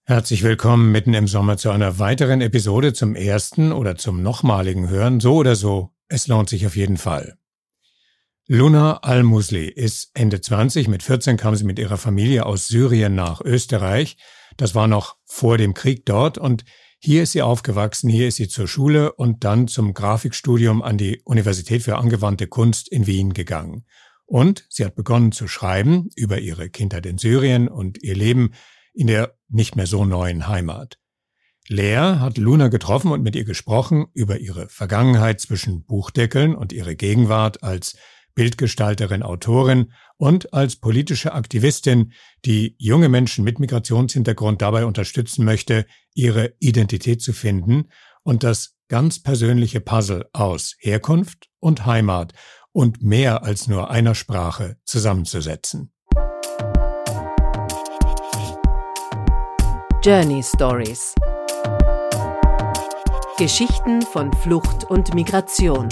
Herzlich willkommen mitten im Sommer zu einer weiteren Episode zum ersten oder zum nochmaligen Hören. So oder so, es lohnt sich auf jeden Fall. Luna Al-Musli ist Ende 20. Mit 14 kam sie mit ihrer Familie aus Syrien nach Österreich. Das war noch vor dem Krieg dort und hier ist sie aufgewachsen. Hier ist sie zur Schule und dann zum Grafikstudium an die Universität für angewandte Kunst in Wien gegangen. Und sie hat begonnen zu schreiben über ihre Kindheit in Syrien und ihr Leben in der nicht mehr so neuen Heimat. Lea hat Luna getroffen und mit ihr gesprochen über ihre Vergangenheit zwischen Buchdeckeln und ihre Gegenwart als Bildgestalterin, Autorin und als politische Aktivistin, die junge Menschen mit Migrationshintergrund dabei unterstützen möchte, ihre Identität zu finden und das ganz persönliche Puzzle aus Herkunft und Heimat und mehr als nur einer Sprache zusammenzusetzen. Journey Stories. Geschichten von Flucht und Migration.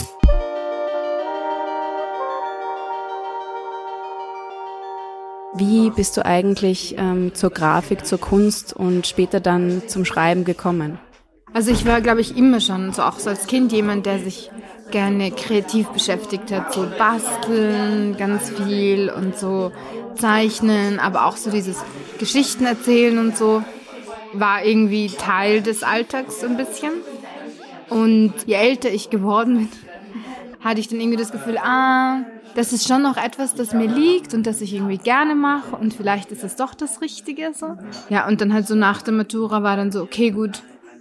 Wie bist du eigentlich zur Grafik, zur Kunst und später dann zum Schreiben gekommen? Also ich war, glaube ich, immer schon, so auch so als Kind, jemand, der sich gerne kreativ beschäftigt hat, so basteln, ganz viel und so zeichnen, aber auch so dieses Geschichten erzählen und so. War irgendwie Teil des Alltags ein bisschen. Und je älter ich geworden bin, hatte ich dann irgendwie das Gefühl, das ist schon noch etwas, das mir liegt und das ich irgendwie gerne mache und vielleicht ist es doch das Richtige so. Ja, und dann halt so nach der Matura war dann so, okay, gut,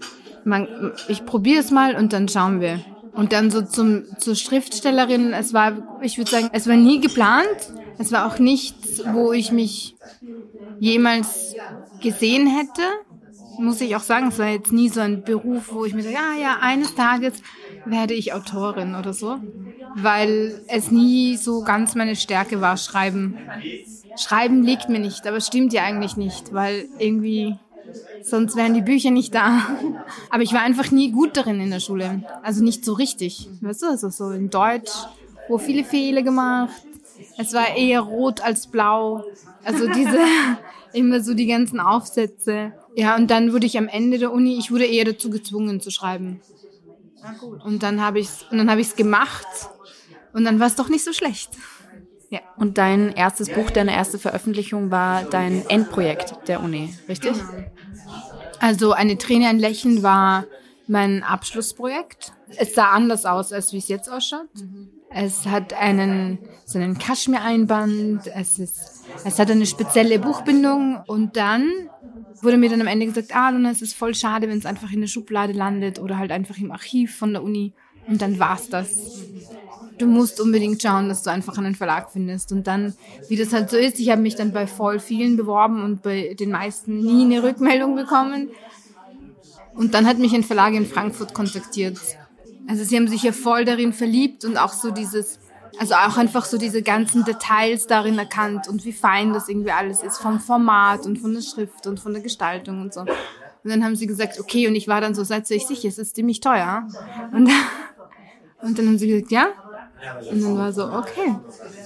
ich probiere es mal und dann schauen wir. Und dann so zur Schriftstellerin, ich würde sagen, es war nie geplant, es war auch nichts, wo ich mich jemals gesehen hätte. Muss ich auch sagen, es war jetzt nie so ein Beruf, wo ich mir sage, ja, eines Tages werde ich Autorin oder so, weil es nie so ganz meine Stärke war, Schreiben. Schreiben liegt mir nicht, aber es stimmt ja eigentlich nicht, weil irgendwie, sonst wären die Bücher nicht da. Aber ich war einfach nie gut darin in der Schule, also nicht so richtig, weißt du, also so in Deutsch, wo viele Fehler gemacht, es war eher rot als blau, also immer so die ganzen Aufsätze. Ja, und dann wurde ich am Ende der Uni, ich wurde eher dazu gezwungen zu schreiben. Und dann habe ich's gemacht und dann war es doch nicht so schlecht. Ja. Und dein erstes Buch, deine erste Veröffentlichung war dein Endprojekt der Uni, richtig? Genau. Also eine Träne, ein Lächeln war mein Abschlussprojekt. Es sah anders aus, als wie es jetzt ausschaut. Es hat so einen Kaschmir-Einband, es hat eine spezielle Buchbindung und dann wurde mir dann am Ende gesagt, Luna, es ist voll schade, wenn es einfach in der Schublade landet oder halt einfach im Archiv von der Uni und dann war's das. Du musst unbedingt schauen, dass du einfach einen Verlag findest und dann, wie das halt so ist, ich habe mich dann bei voll vielen beworben und bei den meisten nie eine Rückmeldung bekommen und dann hat mich ein Verlag in Frankfurt kontaktiert. Also sie haben sich ja voll darin verliebt und auch so auch einfach so diese ganzen Details darin erkannt und wie fein das irgendwie alles ist, vom Format und von der Schrift und von der Gestaltung und so. Und dann haben sie gesagt, okay, und ich war dann so, seid ihr euch sicher, es ist ziemlich teuer. Und dann haben sie gesagt, ja. Und dann war so, okay,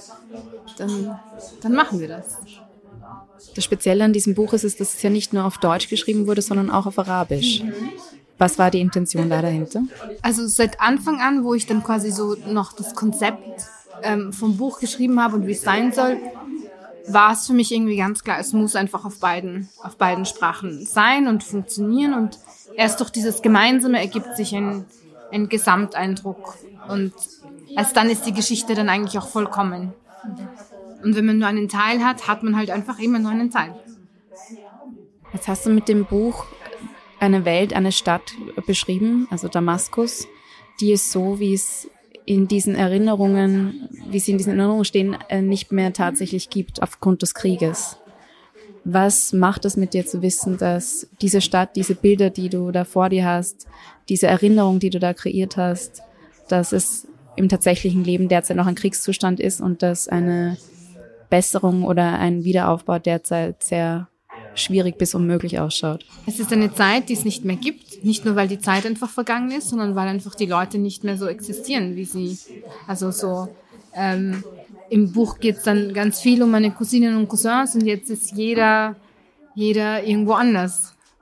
dann machen wir das. Das Spezielle an diesem Buch ist, dass es ja nicht nur auf Deutsch geschrieben wurde, sondern auch auf Arabisch. Was war die Intention da dahinter? Also seit Anfang an, wo ich dann quasi so noch das Konzept vom Buch geschrieben habe und wie es sein soll, war es für mich irgendwie ganz klar, es muss einfach auf beiden Sprachen sein und funktionieren und erst durch dieses Gemeinsame ergibt sich ein Gesamteindruck und erst dann ist die Geschichte dann eigentlich auch vollkommen. Und wenn man nur einen Teil hat man halt einfach immer nur einen Teil. Jetzt hast du mit dem Buch eine Welt, eine Stadt beschrieben, also Damaskus, die es so, wie sie in diesen Erinnerungen stehen, nicht mehr tatsächlich gibt aufgrund des Krieges. Was macht es mit dir zu wissen, dass diese Stadt, diese Bilder, die du da vor dir hast, diese Erinnerung, die du da kreiert hast, dass es im tatsächlichen Leben derzeit noch ein Kriegszustand ist und dass eine Besserung oder ein Wiederaufbau derzeit sehr schwierig bis unmöglich ausschaut? Es ist eine Zeit, die es nicht mehr gibt. Nicht nur, weil die Zeit einfach vergangen ist, sondern weil einfach die Leute nicht mehr so existieren, wie sie, also so, im Buch geht es dann ganz viel um meine Cousinen und Cousins und jetzt ist jeder irgendwo anders.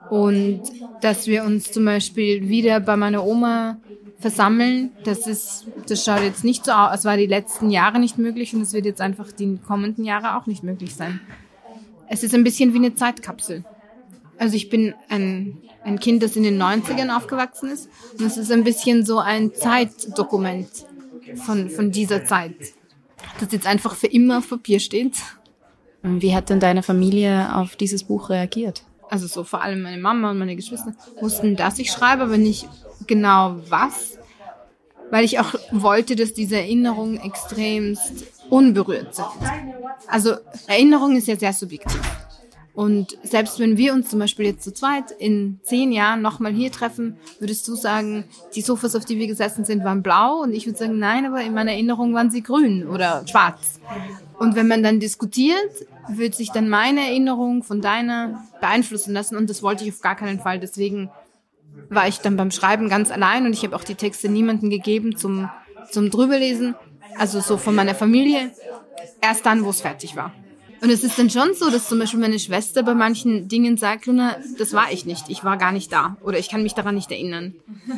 Und dass wir uns zum Beispiel wieder bei meiner Oma versammeln, das schaut jetzt nicht so aus. Es war die letzten Jahre nicht möglich und es wird jetzt einfach die kommenden Jahre auch nicht möglich sein. Es ist ein bisschen wie eine Zeitkapsel. Also ich bin ein Kind, das in den 90ern aufgewachsen ist und es ist ein bisschen so ein Zeitdokument von dieser Zeit, das jetzt einfach für immer auf Papier steht. Wie hat denn deine Familie auf dieses Buch reagiert? Also so vor allem meine Mama und meine Geschwister wussten, dass ich schreibe, aber nicht genau was, weil ich auch wollte, dass diese Erinnerungen extremst unberührt sind. Also Erinnerung ist ja sehr subjektiv. Und selbst wenn wir uns zum Beispiel jetzt zu zweit in 10 Jahren nochmal hier treffen, würdest du sagen, die Sofas, auf die wir gesessen sind, waren blau? Und ich würde sagen, nein, aber in meiner Erinnerung waren sie grün oder schwarz. Und wenn man dann diskutiert, wird sich dann meine Erinnerung von deiner beeinflussen lassen. Und das wollte ich auf gar keinen Fall. Deswegen war ich dann beim Schreiben ganz allein und ich habe auch die Texte niemandem gegeben zum Drüberlesen. Also so von meiner Familie. Erst dann, wo es fertig war. Und es ist dann schon so, dass zum Beispiel meine Schwester bei manchen Dingen sagt, Luna, das war ich nicht, ich war gar nicht da oder ich kann mich daran nicht erinnern.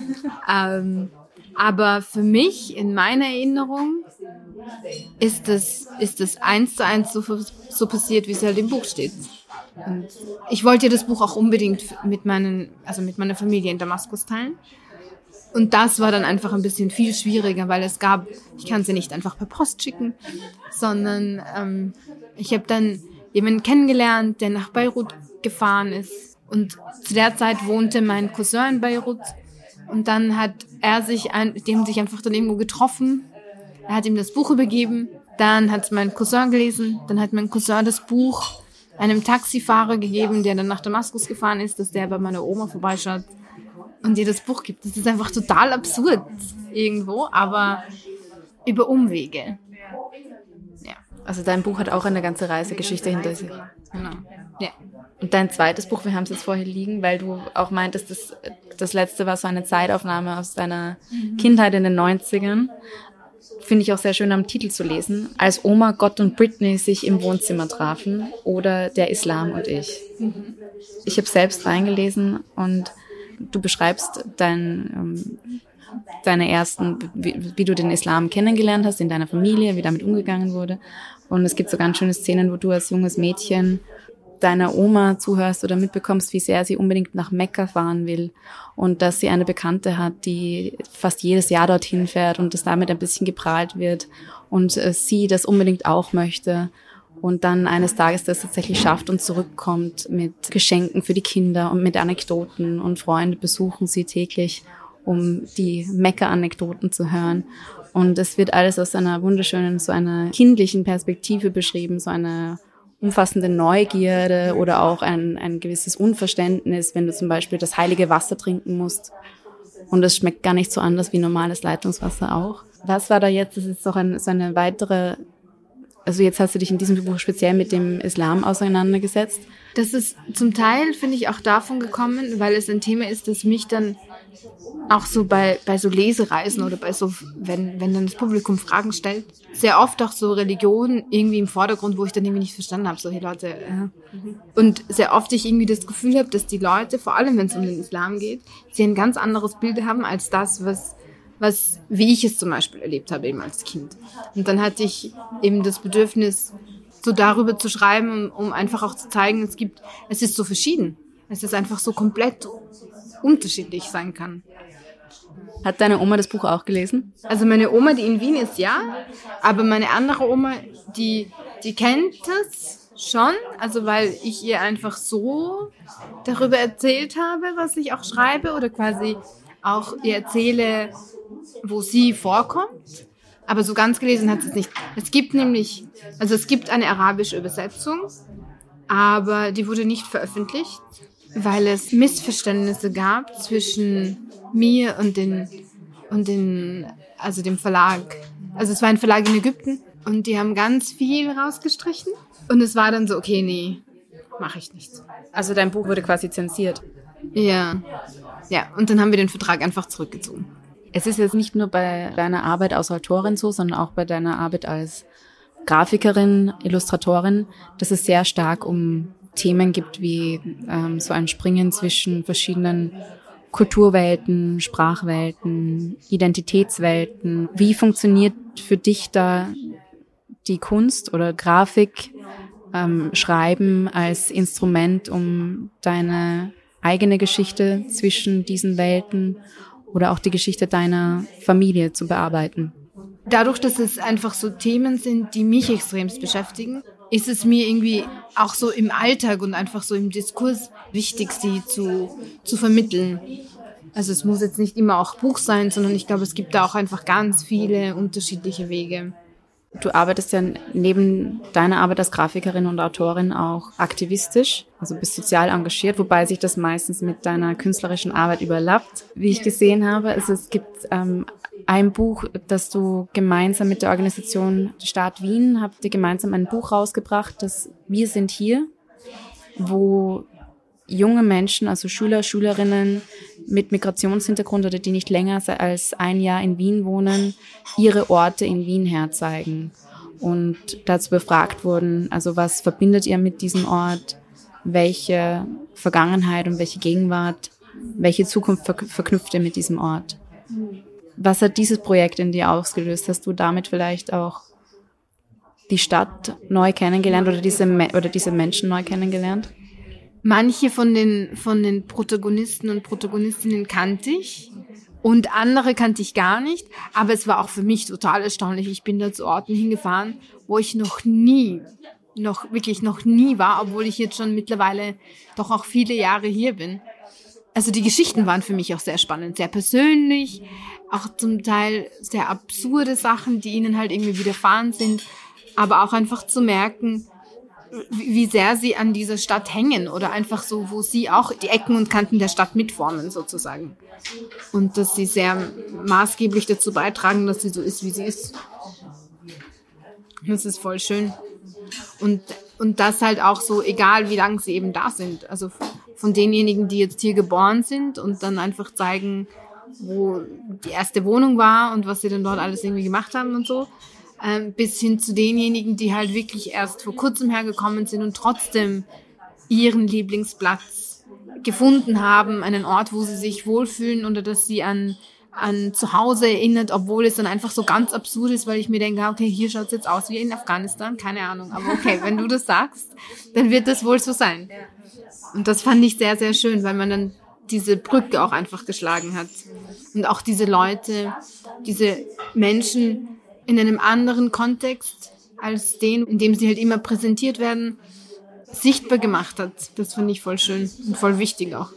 Aber für mich, in meiner Erinnerung, ist das 1:1 so passiert, wie es halt im Buch steht. Und ich wollte das Buch auch unbedingt mit meiner Familie in Damaskus teilen. Und das war dann einfach ein bisschen viel schwieriger, weil ich kann sie nicht einfach per Post schicken, sondern ich habe dann jemanden kennengelernt, der nach Beirut gefahren ist. Und zu der Zeit wohnte mein Cousin in Beirut. Und dann hat die haben sich einfach dann irgendwo getroffen. Er hat ihm das Buch übergeben. Dann hat es mein Cousin gelesen. Dann hat mein Cousin das Buch einem Taxifahrer gegeben, der dann nach Damaskus gefahren ist, dass der bei meiner Oma vorbeischaut und ihr das Buch gibt. Das ist einfach total absurd irgendwo, aber über Umwege. Ja. Also dein Buch hat auch eine ganze Reisegeschichte hinter sich. Genau. Ja. Und dein zweites Buch, wir haben es jetzt vorher liegen, weil du auch meintest, das letzte war so eine Zeitaufnahme aus deiner Kindheit in den 90ern. Finde ich auch sehr schön am Titel zu lesen. Als Oma, Gott und Britney sich im Wohnzimmer trafen oder der Islam und ich. Ich habe selbst reingelesen und du beschreibst deine ersten, wie du den Islam kennengelernt hast in deiner Familie, wie damit umgegangen wurde. Und es gibt so ganz schöne Szenen, wo du als junges Mädchen deiner Oma zuhörst oder mitbekommst, wie sehr sie unbedingt nach Mekka fahren will und dass sie eine Bekannte hat, die fast jedes Jahr dorthin fährt und dass damit ein bisschen geprahlt wird und sie das unbedingt auch möchte. Und dann eines Tages das tatsächlich schafft und zurückkommt mit Geschenken für die Kinder und mit Anekdoten und Freunde besuchen sie täglich, um die Mekka-Anekdoten zu hören. Und es wird alles aus einer wunderschönen, so einer kindlichen Perspektive beschrieben, so eine umfassende Neugierde oder auch ein gewisses Unverständnis, wenn du zum Beispiel das heilige Wasser trinken musst. Und es schmeckt gar nicht so anders wie normales Leitungswasser auch. Was war da jetzt? Das ist doch so eine weitere... Also jetzt hast du dich in diesem Buch speziell mit dem Islam auseinandergesetzt. Das ist zum Teil, finde ich, auch davon gekommen, weil es ein Thema ist, das mich dann auch so bei so Lesereisen oder bei so, wenn dann das Publikum Fragen stellt, sehr oft auch so Religion irgendwie im Vordergrund, wo ich dann irgendwie nicht verstanden habe, so hey Leute. Und sehr oft ich irgendwie das Gefühl habe, dass die Leute, vor allem wenn es um den Islam geht, sie ein ganz anderes Bild haben als das, wie ich es zum Beispiel erlebt habe eben als Kind. Und dann hatte ich eben das Bedürfnis, so darüber zu schreiben, um einfach auch zu zeigen, es ist so verschieden. Es ist einfach so komplett unterschiedlich sein kann. Hat deine Oma das Buch auch gelesen? Also meine Oma, die in Wien ist, ja. Aber meine andere Oma, die kennt das schon. Also weil ich ihr einfach so darüber erzählt habe, was ich auch schreibe oder quasi auch ihr erzähle, wo sie vorkommt, aber so ganz gelesen hat sie es nicht. Es gibt eine arabische Übersetzung, aber die wurde nicht veröffentlicht, weil es Missverständnisse gab zwischen mir und dem Verlag. Also es war ein Verlag in Ägypten und die haben ganz viel rausgestrichen und es war dann so, okay, nee, mache ich nicht. Also dein Buch wurde quasi zensiert? Ja, und dann haben wir den Vertrag einfach zurückgezogen. Es ist jetzt nicht nur bei deiner Arbeit als Autorin so, sondern auch bei deiner Arbeit als Grafikerin, Illustratorin, dass es sehr stark um Themen gibt wie so ein Springen zwischen verschiedenen Kulturwelten, Sprachwelten, Identitätswelten. Wie funktioniert für dich da die Kunst oder Grafik, Schreiben als Instrument, um deine eigene Geschichte zwischen diesen Welten oder auch die Geschichte deiner Familie zu bearbeiten? Dadurch, dass es einfach so Themen sind, die mich extremst beschäftigen, ist es mir irgendwie auch so im Alltag und einfach so im Diskurs wichtig, sie zu vermitteln. Also es muss jetzt nicht immer auch Buch sein, sondern ich glaube, es gibt da auch einfach ganz viele unterschiedliche Wege. Du arbeitest ja neben deiner Arbeit als Grafikerin und Autorin auch aktivistisch, also bist sozial engagiert, wobei sich das meistens mit deiner künstlerischen Arbeit überlappt. Wie ich gesehen habe, es gibt ein Buch, das du gemeinsam mit der Organisation Stadt Wien, habt ihr gemeinsam ein Buch rausgebracht, das Wir sind hier, wo junge Menschen, also Schüler, Schülerinnen mit Migrationshintergrund oder die nicht länger als ein Jahr in Wien wohnen, ihre Orte in Wien herzeigen und dazu befragt wurden, also was verbindet ihr mit diesem Ort, welche Vergangenheit und welche Gegenwart, welche Zukunft verknüpft ihr mit diesem Ort? Was hat dieses Projekt in dir ausgelöst? Hast du damit vielleicht auch die Stadt neu kennengelernt oder diese Menschen neu kennengelernt? Manche von den Protagonisten und Protagonistinnen kannte ich und andere kannte ich gar nicht. Aber es war auch für mich total erstaunlich. Ich bin da zu Orten hingefahren, wo ich noch nie war, obwohl ich jetzt schon mittlerweile doch auch viele Jahre hier bin. Also die Geschichten waren für mich auch sehr spannend, sehr persönlich, auch zum Teil sehr absurde Sachen, die ihnen halt irgendwie widerfahren sind, aber auch einfach zu merken, wie sehr sie an dieser Stadt hängen oder einfach so, wo sie auch die Ecken und Kanten der Stadt mitformen sozusagen. Und dass sie sehr maßgeblich dazu beitragen, dass sie so ist, wie sie ist. Das ist voll schön. Und das halt auch so, egal wie lange sie eben da sind. Also von denjenigen, die jetzt hier geboren sind und dann einfach zeigen, wo die erste Wohnung war und was sie dann dort alles irgendwie gemacht haben und so. Bis hin zu denjenigen, die halt wirklich erst vor kurzem hergekommen sind und trotzdem ihren Lieblingsplatz gefunden haben, einen Ort, wo sie sich wohlfühlen oder dass sie an Zuhause erinnert, obwohl es dann einfach so ganz absurd ist, weil ich mir denke, okay, hier schaut es jetzt aus wie in Afghanistan, keine Ahnung, aber okay, wenn du das sagst, dann wird das wohl so sein. Und das fand ich sehr, sehr schön, weil man dann diese Brücke auch einfach geschlagen hat. Und auch diese Leute, diese Menschen in einem anderen Kontext als den, in dem sie halt immer präsentiert werden, sichtbar gemacht hat. Das fand ich voll schön und voll wichtig auch.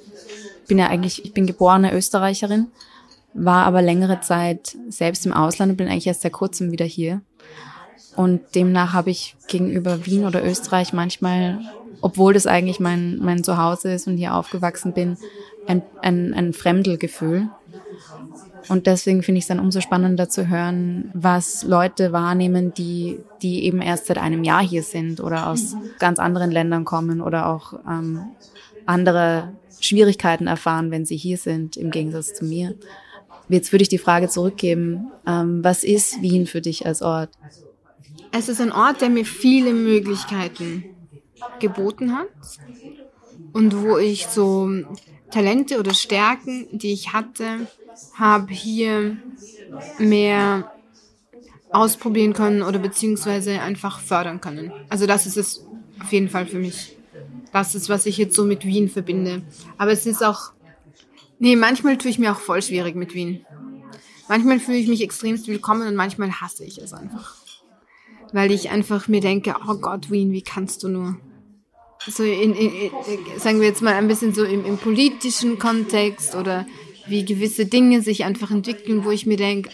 Ich bin geborene Österreicherin, war aber längere Zeit selbst im Ausland und bin eigentlich erst seit kurzem wieder hier. Und demnach habe ich gegenüber Wien oder Österreich manchmal, obwohl das eigentlich mein Zuhause ist und hier aufgewachsen bin, ein Fremdelgefühl. Und deswegen finde ich es dann umso spannender zu hören, was Leute wahrnehmen, die eben erst seit einem Jahr hier sind oder aus ganz anderen Ländern kommen oder auch andere Schwierigkeiten erfahren, wenn sie hier sind, im Gegensatz zu mir. Jetzt würde ich die Frage zurückgeben, was ist Wien für dich als Ort? Es ist ein Ort, der mir viele Möglichkeiten geboten hat und wo ich so Talente oder Stärken, die ich hatte, habe hier mehr ausprobieren können oder beziehungsweise einfach fördern können. Also das ist es auf jeden Fall für mich. Das ist, was ich jetzt so mit Wien verbinde. Aber es ist auch, manchmal tue ich mir auch voll schwierig mit Wien. Manchmal fühle ich mich extremst willkommen und manchmal hasse ich es einfach. Weil ich einfach mir denke, oh Gott, Wien, wie kannst du nur? So sagen wir jetzt mal ein bisschen so im politischen Kontext oder wie gewisse Dinge sich einfach entwickeln, wo ich mir denke,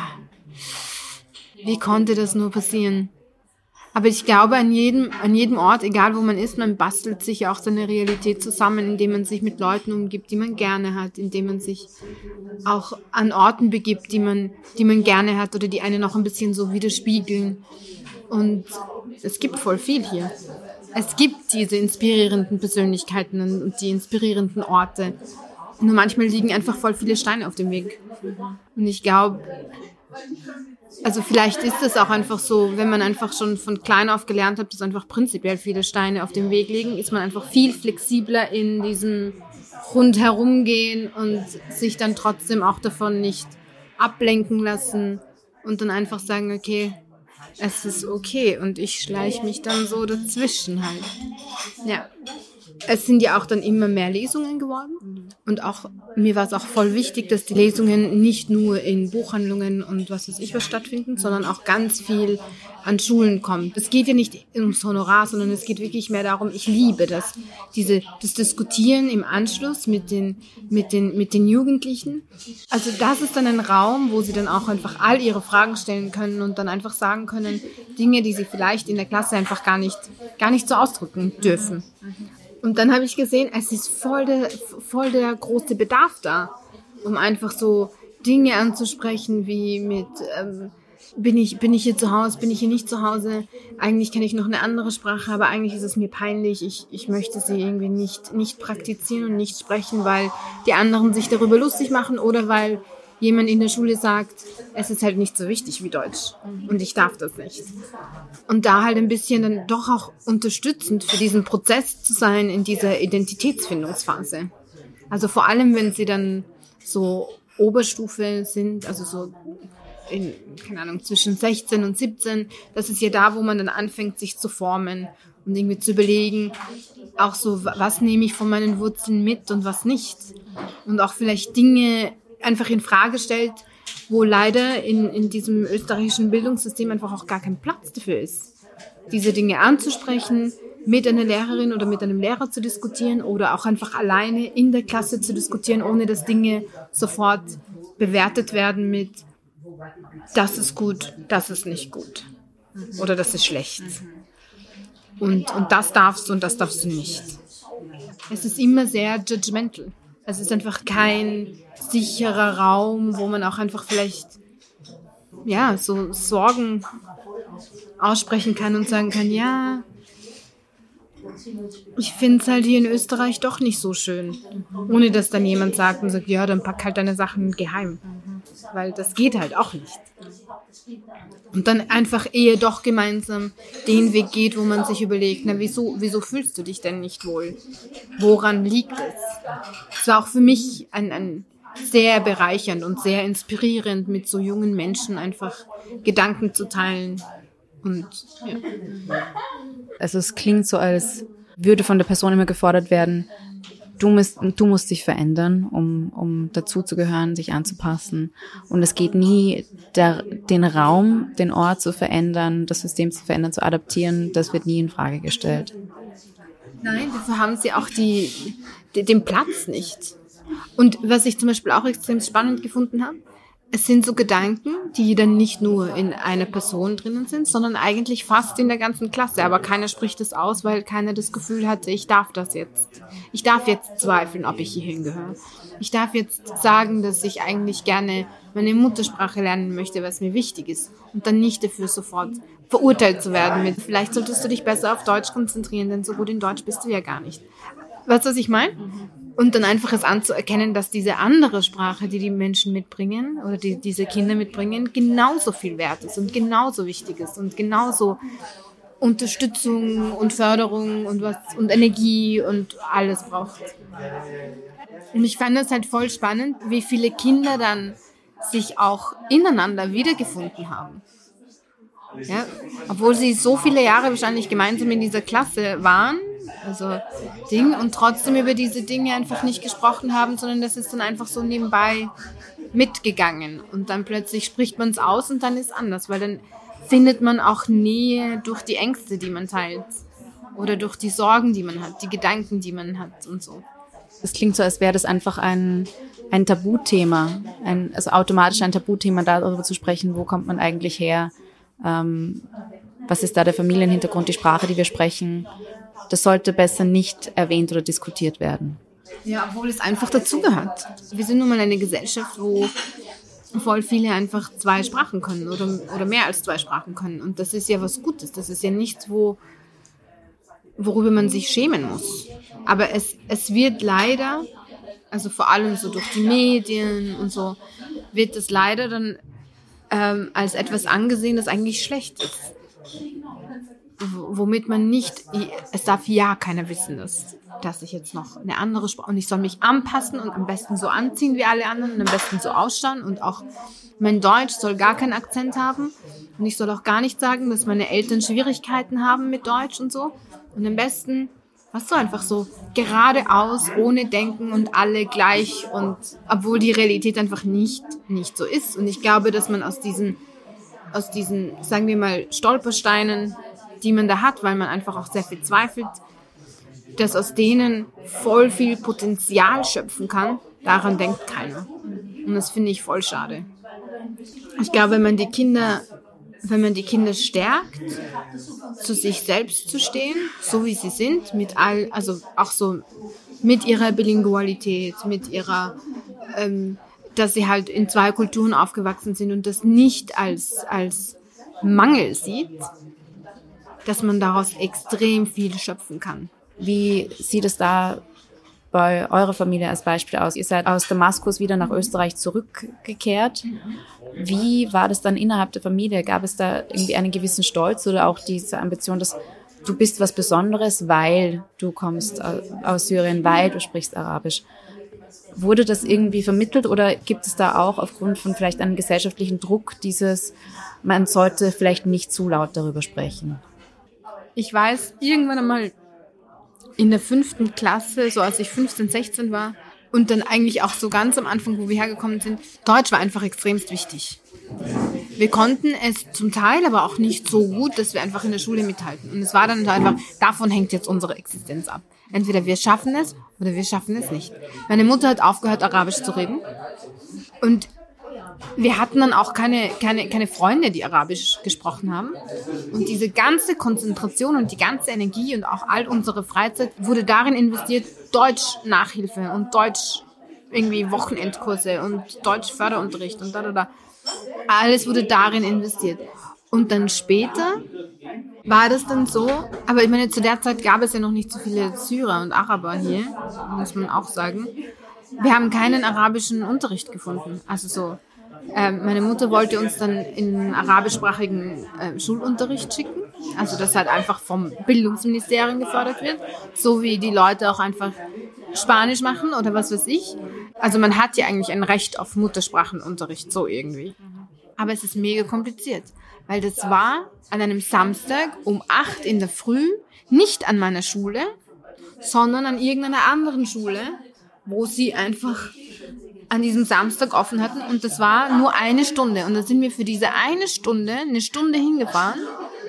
wie konnte das nur passieren? Aber ich glaube, an jedem Ort, egal wo man ist, man bastelt sich auch seine Realität zusammen, indem man sich mit Leuten umgibt, die man gerne hat, indem man sich auch an Orten begibt, die man gerne hat oder die einen auch ein bisschen so widerspiegeln. Und es gibt voll viel hier. Es gibt diese inspirierenden Persönlichkeiten und die inspirierenden Orte. Nur manchmal liegen einfach voll viele Steine auf dem Weg. Und ich glaube, Also vielleicht ist es auch einfach so, wenn man einfach schon von klein auf gelernt hat, dass einfach prinzipiell viele Steine auf dem Weg liegen, ist man einfach viel flexibler in diesem Rundherum gehen und sich dann trotzdem auch davon nicht ablenken lassen und dann einfach sagen, okay, es ist okay und ich schleiche mich dann so dazwischen halt. Ja. Es sind ja auch dann immer mehr Lesungen geworden und auch mir war es auch voll wichtig, dass die Lesungen nicht nur in Buchhandlungen und was weiß ich was stattfinden, sondern auch ganz viel an Schulen kommt. Es geht ja nicht ums Honorar, sondern es geht wirklich mehr darum, ich liebe das Diskutieren im Anschluss mit den Jugendlichen. Also das ist dann ein Raum, wo sie dann auch einfach all ihre Fragen stellen können und dann einfach sagen können, Dinge, die sie vielleicht in der Klasse einfach gar nicht so ausdrücken dürfen. Und dann habe ich gesehen, es ist voll der große Bedarf da, um einfach so Dinge anzusprechen wie mit, bin ich hier zu Hause, bin ich hier nicht zu Hause, eigentlich kenne ich noch eine andere Sprache, aber eigentlich ist es mir peinlich, ich möchte sie irgendwie nicht praktizieren und nicht sprechen, weil die anderen sich darüber lustig machen oder weil jemand in der Schule sagt, es ist halt nicht so wichtig wie Deutsch und ich darf das nicht. Und da halt ein bisschen dann doch auch unterstützend für diesen Prozess zu sein in dieser Identitätsfindungsphase. Also vor allem, wenn sie dann so Oberstufe sind, also so in, keine Ahnung, zwischen 16 und 17, das ist ja da, wo man dann anfängt, sich zu formen und irgendwie zu überlegen, auch so, was nehme ich von meinen Wurzeln mit und was nicht. Und auch vielleicht Dinge einfach in Frage stellt, wo leider in diesem österreichischen Bildungssystem einfach auch gar kein Platz dafür ist. Diese Dinge anzusprechen, mit einer Lehrerin oder mit einem Lehrer zu diskutieren oder auch einfach alleine in der Klasse zu diskutieren, ohne dass Dinge sofort bewertet werden mit das ist gut, das ist nicht gut oder das ist schlecht. Und das darfst du und das darfst du nicht. Es ist immer sehr judgmental. Es ist einfach kein sicherer Raum, wo man auch einfach vielleicht so Sorgen aussprechen kann und sagen kann, ja, ich finde es halt hier in Österreich doch nicht so schön. Ohne dass dann jemand sagt und sagt, ja, dann pack halt deine Sachen geheim. Weil das geht halt auch nicht. Und dann einfach eher doch gemeinsam den Weg geht, wo man sich überlegt, na wieso fühlst du dich denn nicht wohl? Woran liegt es? Es war auch für mich ein sehr bereichernd und sehr inspirierend, mit so jungen Menschen einfach Gedanken zu teilen. Und ja. Also es klingt so, als würde von der Person immer gefordert werden, du musst dich verändern, um dazuzugehören, sich anzupassen. Und es geht nie, den Raum, den Ort zu verändern, das System zu verändern, zu adaptieren, das wird nie in Frage gestellt. Nein, dafür haben sie auch den Platz nicht. Und was ich zum Beispiel auch extrem spannend gefunden habe, es sind so Gedanken, die dann nicht nur in einer Person drinnen sind, sondern eigentlich fast in der ganzen Klasse. Aber keiner spricht es aus, weil keiner das Gefühl hatte, ich darf das jetzt. Ich darf jetzt zweifeln, ob ich hierhin gehöre. Ich darf jetzt sagen, dass ich eigentlich gerne meine Muttersprache lernen möchte, was mir wichtig ist. Und dann nicht dafür sofort verurteilt zu werden mit, vielleicht solltest du dich besser auf Deutsch konzentrieren, denn so gut in Deutsch bist du ja gar nicht. Weißt du, was ich meine? Und dann einfach es anzuerkennen, dass diese andere Sprache, die Menschen mitbringen oder diese Kinder mitbringen, genauso viel wert ist und genauso wichtig ist und genauso Unterstützung und Förderung und Energie und alles braucht. Und ich fand das halt voll spannend, wie viele Kinder dann sich auch ineinander wiedergefunden haben. Ja, obwohl sie so viele Jahre wahrscheinlich gemeinsam in dieser Klasse waren, und trotzdem über diese Dinge einfach nicht gesprochen haben, sondern das ist dann einfach so nebenbei mitgegangen. Und dann plötzlich spricht man es aus und dann ist anders, weil dann findet man auch Nähe durch die Ängste, die man teilt. Oder durch die Sorgen, die man hat, die Gedanken, die man hat und so. Es klingt so, als wäre das einfach ein Tabuthema, also automatisch ein Tabuthema, darüber zu sprechen, wo kommt man eigentlich her, was ist da der Familienhintergrund, die Sprache, die wir sprechen. Das sollte besser nicht erwähnt oder diskutiert werden. Ja, obwohl es einfach dazugehört. Wir sind nun mal eine Gesellschaft, wo voll viele einfach 2 Sprachen können oder mehr als 2 Sprachen können. Und das ist ja was Gutes. Das ist ja nichts, worüber man sich schämen muss. Aber es wird leider, also vor allem so durch die Medien und so, wird es leider dann als etwas angesehen, das eigentlich schlecht ist. Womit man nicht, es darf ja keiner wissen, dass ich jetzt noch eine andere Sprache, und ich soll mich anpassen und am besten so anziehen wie alle anderen und am besten so ausschauen, und auch mein Deutsch soll gar keinen Akzent haben, und ich soll auch gar nicht sagen, dass meine Eltern Schwierigkeiten haben mit Deutsch und so, und am besten, was so einfach so geradeaus, ohne Denken und alle gleich, und obwohl die Realität einfach nicht so ist. Und ich glaube, dass man aus diesen, sagen wir mal, Stolpersteinen, die man da hat, weil man einfach auch sehr viel zweifelt, dass aus denen voll viel Potenzial schöpfen kann, daran denkt keiner. Und das finde ich voll schade. Ich glaube, wenn man die Kinder stärkt, zu sich selbst zu stehen, so wie sie sind, also auch so mit ihrer Bilingualität, mit ihrer, dass sie halt in 2 Kulturen aufgewachsen sind und das nicht als Mangel sieht, dass man daraus extrem viel schöpfen kann. Wie sieht es da bei eurer Familie als Beispiel aus? Ihr seid aus Damaskus wieder nach Österreich zurückgekehrt. Wie war das dann innerhalb der Familie? Gab es da irgendwie einen gewissen Stolz oder auch diese Ambition, dass du bist was Besonderes, weil du kommst aus Syrien, weil du sprichst Arabisch? Wurde das irgendwie vermittelt oder gibt es da auch aufgrund von vielleicht einem gesellschaftlichen Druck man sollte vielleicht nicht zu laut darüber sprechen? Ich weiß, irgendwann einmal in der 5. Klasse, so als ich 15, 16 war und dann eigentlich auch so ganz am Anfang, wo wir hergekommen sind, Deutsch war einfach extremst wichtig. Wir konnten es zum Teil, aber auch nicht so gut, dass wir einfach in der Schule mithalten. Und es war dann einfach, davon hängt jetzt unsere Existenz ab. Entweder wir schaffen es oder wir schaffen es nicht. Meine Mutter hat aufgehört, Arabisch zu reden. Und wir hatten dann auch keine Freunde, die Arabisch gesprochen haben. Und diese ganze Konzentration und die ganze Energie und auch all unsere Freizeit wurde darin investiert, Deutsch-Nachhilfe und Deutsch irgendwie Wochenendkurse und Deutsch-Förderunterricht und da. Alles wurde darin investiert. Und dann später war das dann so, aber ich meine, zu der Zeit gab es ja noch nicht so viele Syrer und Araber hier, muss man auch sagen. Wir haben keinen arabischen Unterricht gefunden. Also so, meine Mutter wollte uns dann in einen arabischsprachigen Schulunterricht schicken, also das halt einfach vom Bildungsministerium gefördert wird, so wie die Leute auch einfach Spanisch machen oder was weiß ich. Also man hat ja eigentlich ein Recht auf Muttersprachenunterricht, so irgendwie. Aber es ist mega kompliziert, weil das war an einem Samstag um 8 in der Früh, nicht an meiner Schule, sondern an irgendeiner anderen Schule, wo sie einfach an diesem Samstag offen hatten und das war nur 1 Stunde. Und dann sind wir für diese eine Stunde hingefahren,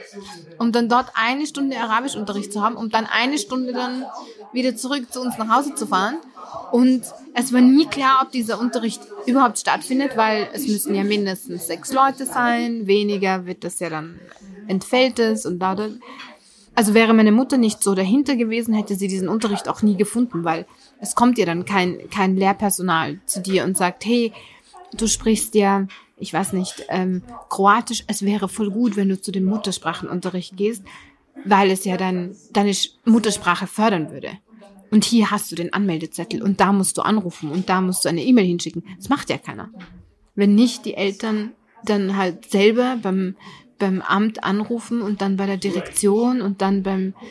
um dann dort 1 Stunde Arabischunterricht zu haben, um dann 1 Stunde dann wieder zurück zu uns nach Hause zu fahren. Und es war nie klar, ob dieser Unterricht überhaupt stattfindet, weil es müssen ja mindestens 6 Leute sein, weniger wird das ja dann entfällt es und da. Also wäre meine Mutter nicht so dahinter gewesen, hätte sie diesen Unterricht auch nie gefunden, weil es kommt ja dann kein Lehrpersonal zu dir und sagt, hey, du sprichst ja, ich weiß nicht, Kroatisch, es wäre voll gut, wenn du zu dem Muttersprachenunterricht gehst, weil es ja dann deine Muttersprache fördern würde. Und hier hast du den Anmeldezettel und da musst du anrufen und da musst du eine E-Mail hinschicken. Das macht ja keiner. Wenn nicht die Eltern dann halt selber beim Amt anrufen und dann bei der Direktion und dann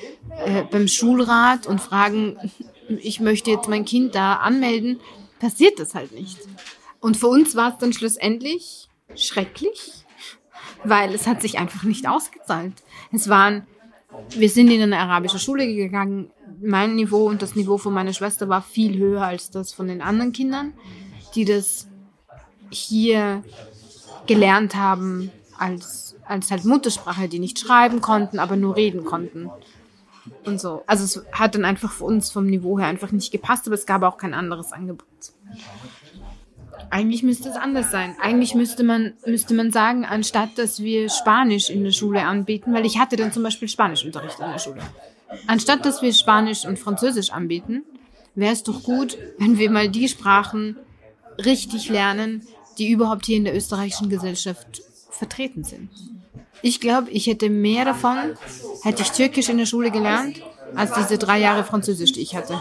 beim Schulrat und fragen, ich möchte jetzt mein Kind da anmelden, passiert das halt nicht. Und für uns war es dann schlussendlich schrecklich, weil es hat sich einfach nicht ausgezahlt. Wir sind in eine arabische Schule gegangen, mein Niveau und das Niveau von meiner Schwester war viel höher als das von den anderen Kindern, die das hier gelernt haben als halt Muttersprache, die nicht schreiben konnten, aber nur reden konnten. Und so. Also es hat dann einfach für uns vom Niveau her einfach nicht gepasst, aber es gab auch kein anderes Angebot. Eigentlich müsste es anders sein. Eigentlich müsste man sagen, anstatt dass wir Spanisch in der Schule anbieten, weil ich hatte dann zum Beispiel Spanischunterricht in der Schule. Anstatt dass wir Spanisch und Französisch anbieten, wäre es doch gut, wenn wir mal die Sprachen richtig lernen, die überhaupt hier in der österreichischen Gesellschaft vertreten sind. Ich glaube, ich hätte mehr davon, hätte ich Türkisch in der Schule gelernt, als diese 3 Jahre Französisch, die ich hatte.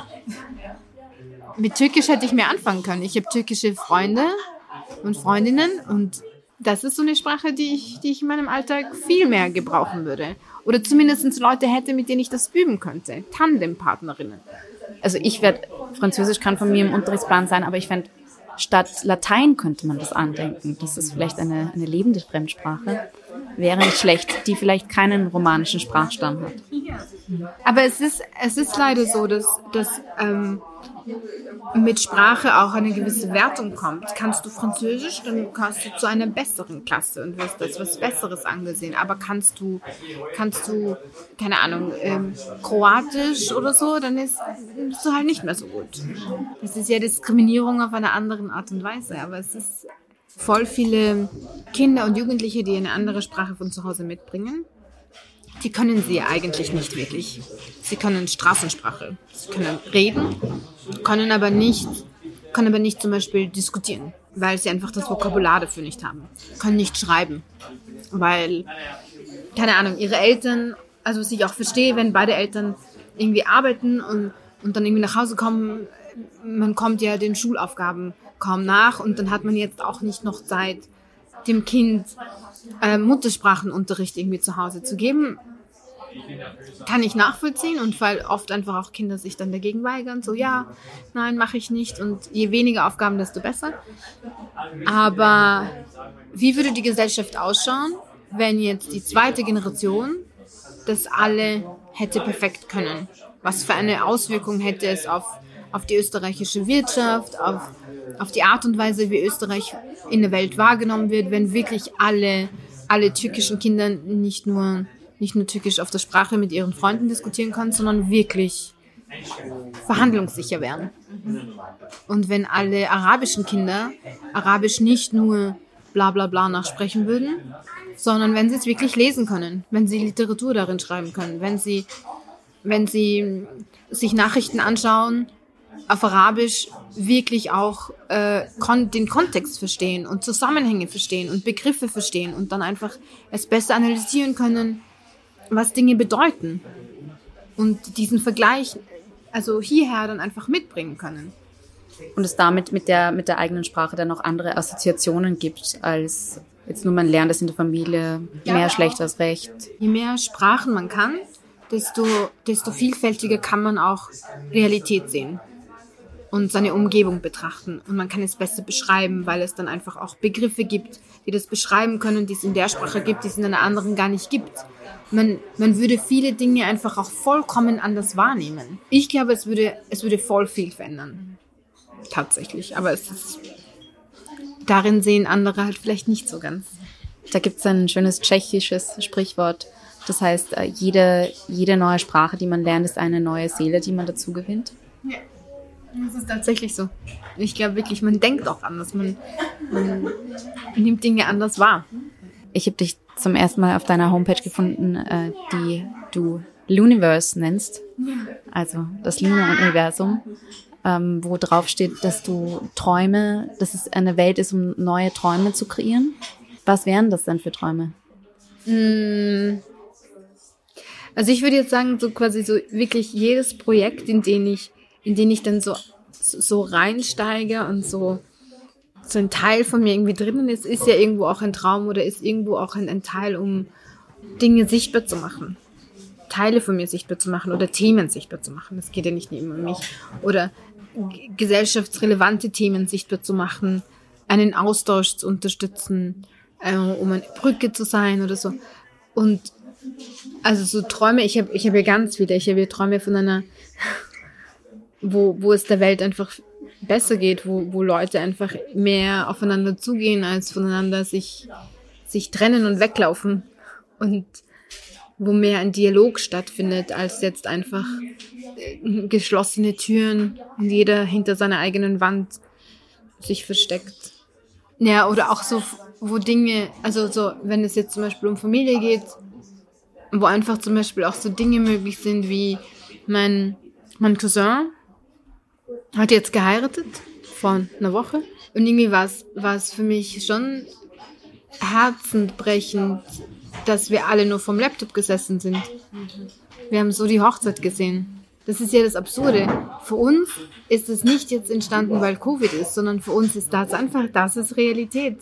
Mit Türkisch hätte ich mehr anfangen können. Ich habe türkische Freunde und Freundinnen und das ist so eine Sprache, die ich in meinem Alltag viel mehr gebrauchen würde. Oder zumindest Leute hätte, mit denen ich das üben könnte. Tandempartnerinnen. Also Französisch kann von mir im Unterrichtsplan sein, aber ich fände, statt Latein könnte man das andenken. Das ist vielleicht eine lebende Fremdsprache. Wäre nicht schlecht, die vielleicht keinen romanischen Sprachstamm hat. Aber es ist leider so, dass mit Sprache auch eine gewisse Wertung kommt. Kannst du Französisch, dann gehörst du zu einer besseren Klasse und wirst als was Besseres angesehen. Aber kannst du keine Ahnung, Kroatisch oder so, dann bist du halt nicht mehr so gut. Das ist ja Diskriminierung auf einer anderen Art und Weise, aber es ist voll viele Kinder und Jugendliche, die eine andere Sprache von zu Hause mitbringen. Die können sie eigentlich nicht wirklich. Sie können Straßensprache. Sie können reden, können aber nicht zum Beispiel diskutieren, weil sie einfach das Vokabular dafür nicht haben. Können nicht schreiben, weil, keine Ahnung, ihre Eltern, also was ich auch verstehe, wenn beide Eltern irgendwie arbeiten und dann irgendwie nach Hause kommen, man kommt ja den Schulaufgaben kaum nach und dann hat man jetzt auch nicht noch Zeit, dem Kind Muttersprachenunterricht irgendwie zu Hause zu geben. Kann ich nachvollziehen und weil oft einfach auch Kinder sich dann dagegen weigern, so ja, nein, mache ich nicht und je weniger Aufgaben, desto besser. Aber wie würde die Gesellschaft ausschauen, wenn jetzt die zweite Generation das alle hätte perfekt können? Was für eine Auswirkung hätte es auf die österreichische Wirtschaft, auf die Art und Weise, wie Österreich in der Welt wahrgenommen wird, wenn wirklich alle türkischen Kinder nicht nur türkisch auf der Sprache mit ihren Freunden diskutieren können, sondern wirklich verhandlungssicher wären. Und wenn alle arabischen Kinder Arabisch nicht nur bla bla bla nachsprechen würden, sondern wenn sie es wirklich lesen können, wenn sie Literatur darin schreiben können, wenn sie sich Nachrichten anschauen, auf Arabisch wirklich auch den Kontext verstehen und Zusammenhänge verstehen und Begriffe verstehen und dann einfach es besser analysieren können, was Dinge bedeuten und diesen Vergleich also hierher dann einfach mitbringen können. Und es damit mit der eigenen Sprache dann noch andere Assoziationen gibt, als jetzt nur man lernt es in der Familie, mehr schlecht als recht. Je mehr Sprachen man kann, desto vielfältiger kann man auch Realität sehen und seine Umgebung betrachten. Und man kann es besser beschreiben, weil es dann einfach auch Begriffe gibt, die das beschreiben können, die es in der Sprache gibt, die es in einer anderen gar nicht gibt. Man würde viele Dinge einfach auch vollkommen anders wahrnehmen. Ich glaube, es würde voll viel verändern. Tatsächlich. Aber darin sehen andere halt vielleicht nicht so ganz. Da gibt es ein schönes tschechisches Sprichwort. Das heißt, jede neue Sprache, die man lernt, ist eine neue Seele, die man dazu gewinnt. Ja. Das ist tatsächlich so. Ich glaube wirklich, man denkt auch anders. Man nimmt Dinge anders wahr. Ich habe dich zum ersten Mal auf deiner Homepage gefunden, die du Luniverse nennst. Also das Luna-Universum, wo drauf steht, dass dass es eine Welt ist, um neue Träume zu kreieren. Was wären das denn für Träume? Also ich würde jetzt sagen, so quasi so wirklich jedes Projekt, in den ich dann so reinsteige und so ein Teil von mir irgendwie drinnen ist ja irgendwo auch ein Traum oder ist irgendwo auch ein Teil, um Dinge sichtbar zu machen. Teile von mir sichtbar zu machen oder Themen sichtbar zu machen. Das geht ja nicht nur immer um mich. Oder gesellschaftsrelevante Themen sichtbar zu machen, einen Austausch zu unterstützen, um eine Brücke zu sein oder so. Und also so Träume, ich hab ja ganz viele. Ich habe ja Träume von einer, wo es der Welt einfach besser geht, wo Leute einfach mehr aufeinander zugehen, als voneinander sich trennen und weglaufen. Und wo mehr ein Dialog stattfindet, als jetzt einfach geschlossene Türen und jeder hinter seiner eigenen Wand sich versteckt. Ja, oder auch so, wo Dinge, also so, wenn es jetzt zum Beispiel um Familie geht, wo einfach zum Beispiel auch so Dinge möglich sind, wie mein Cousin hat jetzt geheiratet vor einer Woche und irgendwie war es für mich schon herzenbrechend, dass wir alle nur vom Laptop gesessen sind. Wir haben so die Hochzeit gesehen. Das ist ja das Absurde. Für uns ist es nicht jetzt entstanden, weil Covid ist, sondern für uns ist das einfach, das ist Realität.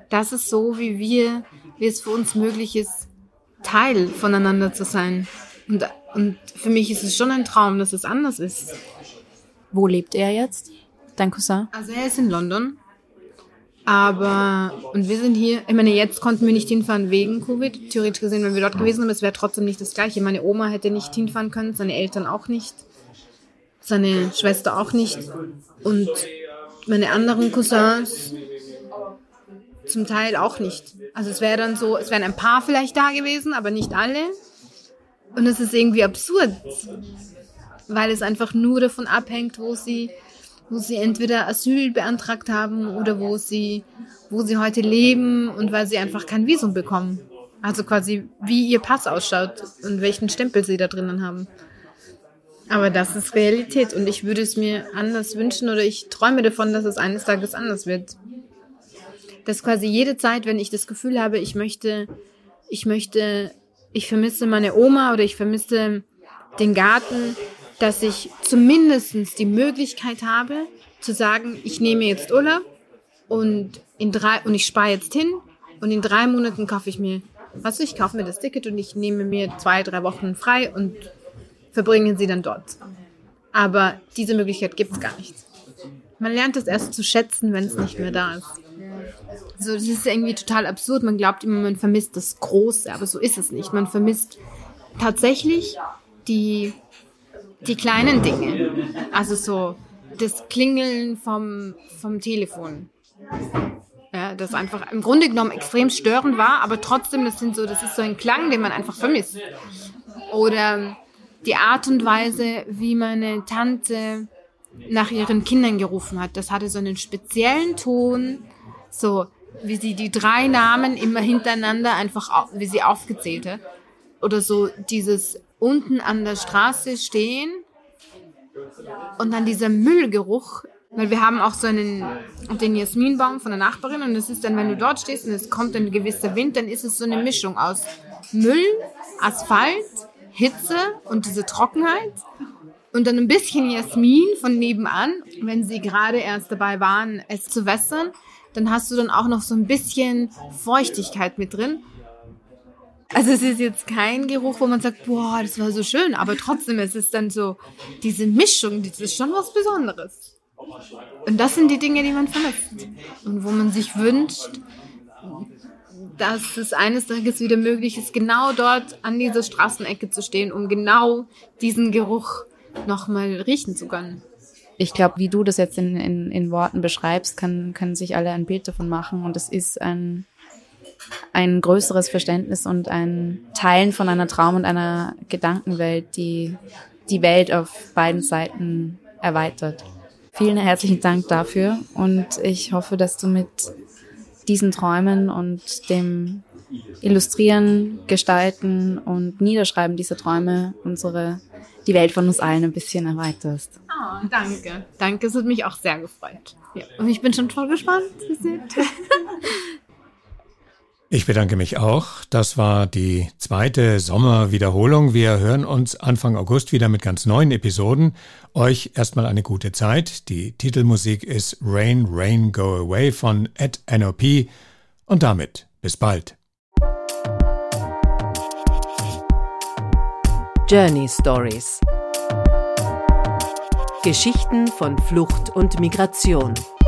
das ist so, wie es für uns möglich ist, Teil voneinander zu sein. Und für mich ist es schon ein Traum, dass es anders ist. Wo lebt er jetzt, dein Cousin? Also er ist in London. Und wir sind hier, ich meine, jetzt konnten wir nicht hinfahren wegen Covid. Theoretisch gesehen wären wir dort gewesen, aber es wäre trotzdem nicht das Gleiche. Meine Oma hätte nicht hinfahren können, seine Eltern auch nicht, seine Schwester auch nicht. Und meine anderen Cousins zum Teil auch nicht. Also es wären ein paar vielleicht da gewesen, aber nicht alle. Und es ist irgendwie absurd, weil es einfach nur davon abhängt, wo sie entweder Asyl beantragt haben oder wo sie heute leben und weil sie einfach kein Visum bekommen. Also quasi, wie ihr Pass ausschaut und welchen Stempel sie da drinnen haben. Aber das ist Realität und ich würde es mir anders wünschen oder ich träume davon, dass es eines Tages anders wird. Dass quasi jede Zeit, wenn ich das Gefühl habe, ich vermisse meine Oma oder ich vermisse den Garten, dass ich zumindest die Möglichkeit habe, zu sagen, ich nehme jetzt Urlaub und ich spare jetzt hin und in 3 Monaten kaufe ich mir das Ticket und ich nehme mir 2-3 Wochen frei und verbringe sie dann dort. Aber diese Möglichkeit gibt es gar nicht. Man lernt es erst zu schätzen, wenn es nicht mehr da ist. Also das ist irgendwie total absurd. Man glaubt immer, man vermisst das Große, aber so ist es nicht. Man vermisst tatsächlich die kleinen Dinge. Also so das Klingeln vom Telefon. Ja, das einfach im Grunde genommen extrem störend war, aber trotzdem, das ist so ein Klang, den man einfach vermisst. Oder die Art und Weise, wie meine Tante nach ihren Kindern gerufen hat. Das hatte so einen speziellen Ton, so wie sie die 3 Namen immer hintereinander einfach, wie sie aufgezählt hat. Oder so dieses unten an der Straße stehen und dann dieser Müllgeruch, weil wir haben auch so den Jasminbaum von der Nachbarin und es ist dann, wenn du dort stehst und es kommt ein gewisser Wind, dann ist es so eine Mischung aus Müll, Asphalt, Hitze und diese Trockenheit und dann ein bisschen Jasmin von nebenan. Wenn sie gerade erst dabei waren, es zu wässern, dann hast du dann auch noch so ein bisschen Feuchtigkeit mit drin. Also es ist jetzt kein Geruch, wo man sagt, boah, das war so schön, aber trotzdem, es ist dann so, diese Mischung, das ist schon was Besonderes. Und das sind die Dinge, die man vermisst. Und wo man sich wünscht, dass es eines Tages wieder möglich ist, genau dort an dieser Straßenecke zu stehen, um genau diesen Geruch nochmal riechen zu können. Ich glaube, wie du das jetzt in Worten beschreibst, können sich alle ein Bild davon machen. Und es ist ein größeres Verständnis und ein Teilen von einer Traum- und einer Gedankenwelt, die die Welt auf beiden Seiten erweitert. Vielen herzlichen Dank dafür und ich hoffe, dass du mit diesen Träumen und dem Illustrieren, Gestalten und Niederschreiben dieser Träume die Welt von uns allen ein bisschen erweiterst. Oh, danke. Danke, es hat mich auch sehr gefreut. Ja. Und ich bin schon voll gespannt. Ich bedanke mich auch. Das war die 2. Sommerwiederholung. Wir hören uns Anfang August wieder mit ganz neuen Episoden. Euch erstmal eine gute Zeit. Die Titelmusik ist Rain, Rain, Go Away von @NOP. Und damit bis bald. Journey Stories. Geschichten von Flucht und Migration.